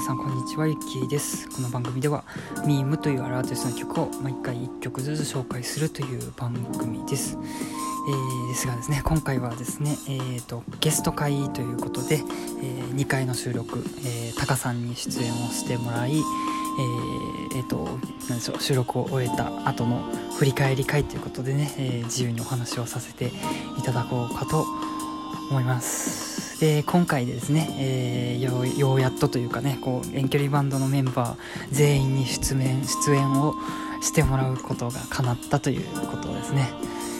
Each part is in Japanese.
さんこんにちは、ゆきです。この番組ではミームというアーティストの曲を毎回1曲ずつ紹介するという番組です。ですがですね、今回はですね、ゲスト会ということで、2回の収録、タカさんに出演をしてもらい、なんでしょう、収録を終えた後の振り返り会ということでね、自由にお話をさせていただこうかと思います。で、今回でですね、ようやっとというかね、こう遠距離バンドのメンバー全員に出演をしてもらうことが叶ったということですね。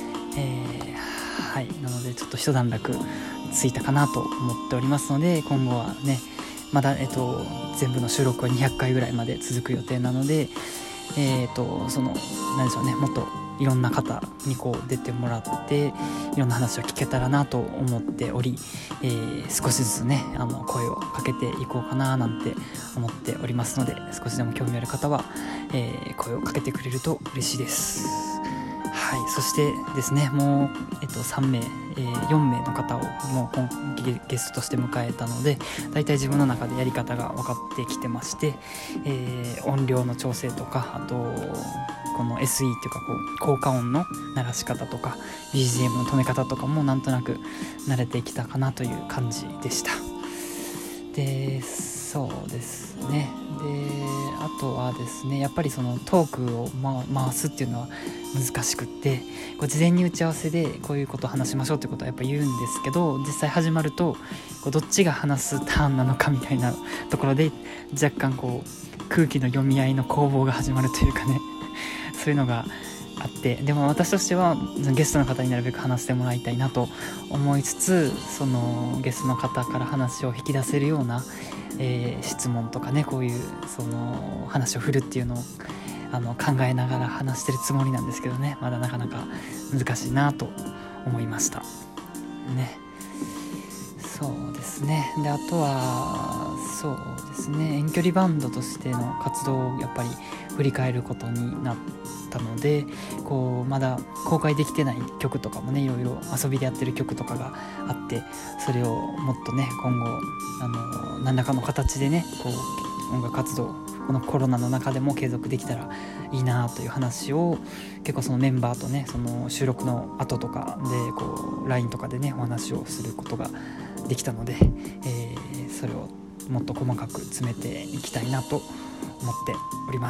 はい、なのでちょっと一段落ついたかなと思っておりますので、今後はねまだ、全部の収録は200回ぐらいまで続く予定なので、その何でしょうね、もっといろんな方にこう出てもらっていろんな話を聞けたらなと思っており、少しずつね声をかけていこうかななんて思っておりますので、少しでも興味ある方は、声をかけてくれると嬉しいです。はい、そしてですね、もう、3名、4名の方をもうゲストとして迎えたので、だいたい自分の中でやり方が分かってきてまして、音量の調整とか、あとこの SE っていうかこう効果音の鳴らし方とか BGM の止め方とかもなんとなく慣れてきたかなという感じでした。で、そうですね。で、あとはですね、やっぱりそのトークを、回すっていうのは難しくって、こう事前に打ち合わせでこういうことを話しましょうってことはやっぱ言うんですけど、実際始まるとこうどっちが話すターンなのかみたいなところで若干こう空気の読み合いの攻防が始まるというかねそういうのがあって、でも私としてはゲストの方になるべく話してもらいたいなと思いつつ、そのゲストの方から話を引き出せるような、質問とかね、こういうその話を振るっていうのを考えながら話してるつもりなんですけどね、まだなかなか難しいなと思いましたね。そうですね。で、あとはそうですね、遠距離バンドとしての活動をやっぱり振り返ることになったので、こうまだ公開できてない曲とかもね、いろいろ遊びでやってる曲とかがあって、それをもっとね今後何らかの形でねこう音楽活動このコロナの中でも継続できたらいいなという話を結構そのメンバーとね、その収録の後とかでこう LINE とかでねお話をすることができたので、それをもっと細かく詰めていきたいなと思っております。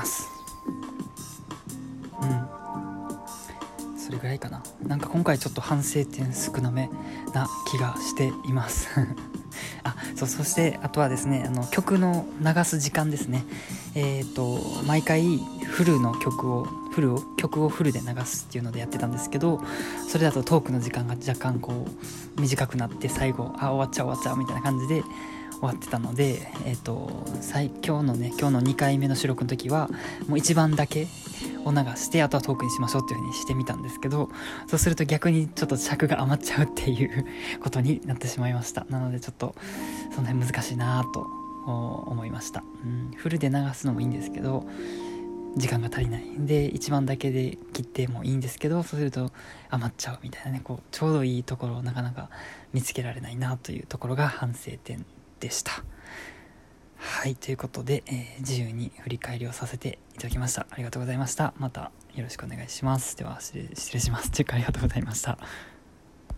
それぐらいかな。なんか今回ちょっと反省点少なめな気がしていますそしてあとはですね、曲の流す時間ですね。毎回フルをフルで流すっていうのでやってたんですけど、それだとトークの時間が若干こう短くなって、最後終わっちゃうみたいな感じで終わってたので、今日の2回目の収録の時はもう一番だけを流して、あとはトークにしましょうっていう風にしてみたんですけど、そうすると逆にちょっと尺が余っちゃうっていうことになってしまいました。なのでちょっとその辺難しいなと思いました。フルで流すのもいいんですけど時間が足りないで、一番だけで切ってもいいんですけど、そうすると余っちゃうみたいなね、こうちょうどいいところをなかなか見つけられないなというところが反省点でした。はい、ということで、自由に振り返りをさせていただきました。ありがとうございました。またよろしくお願いします。では失礼します。というかありがとうございました。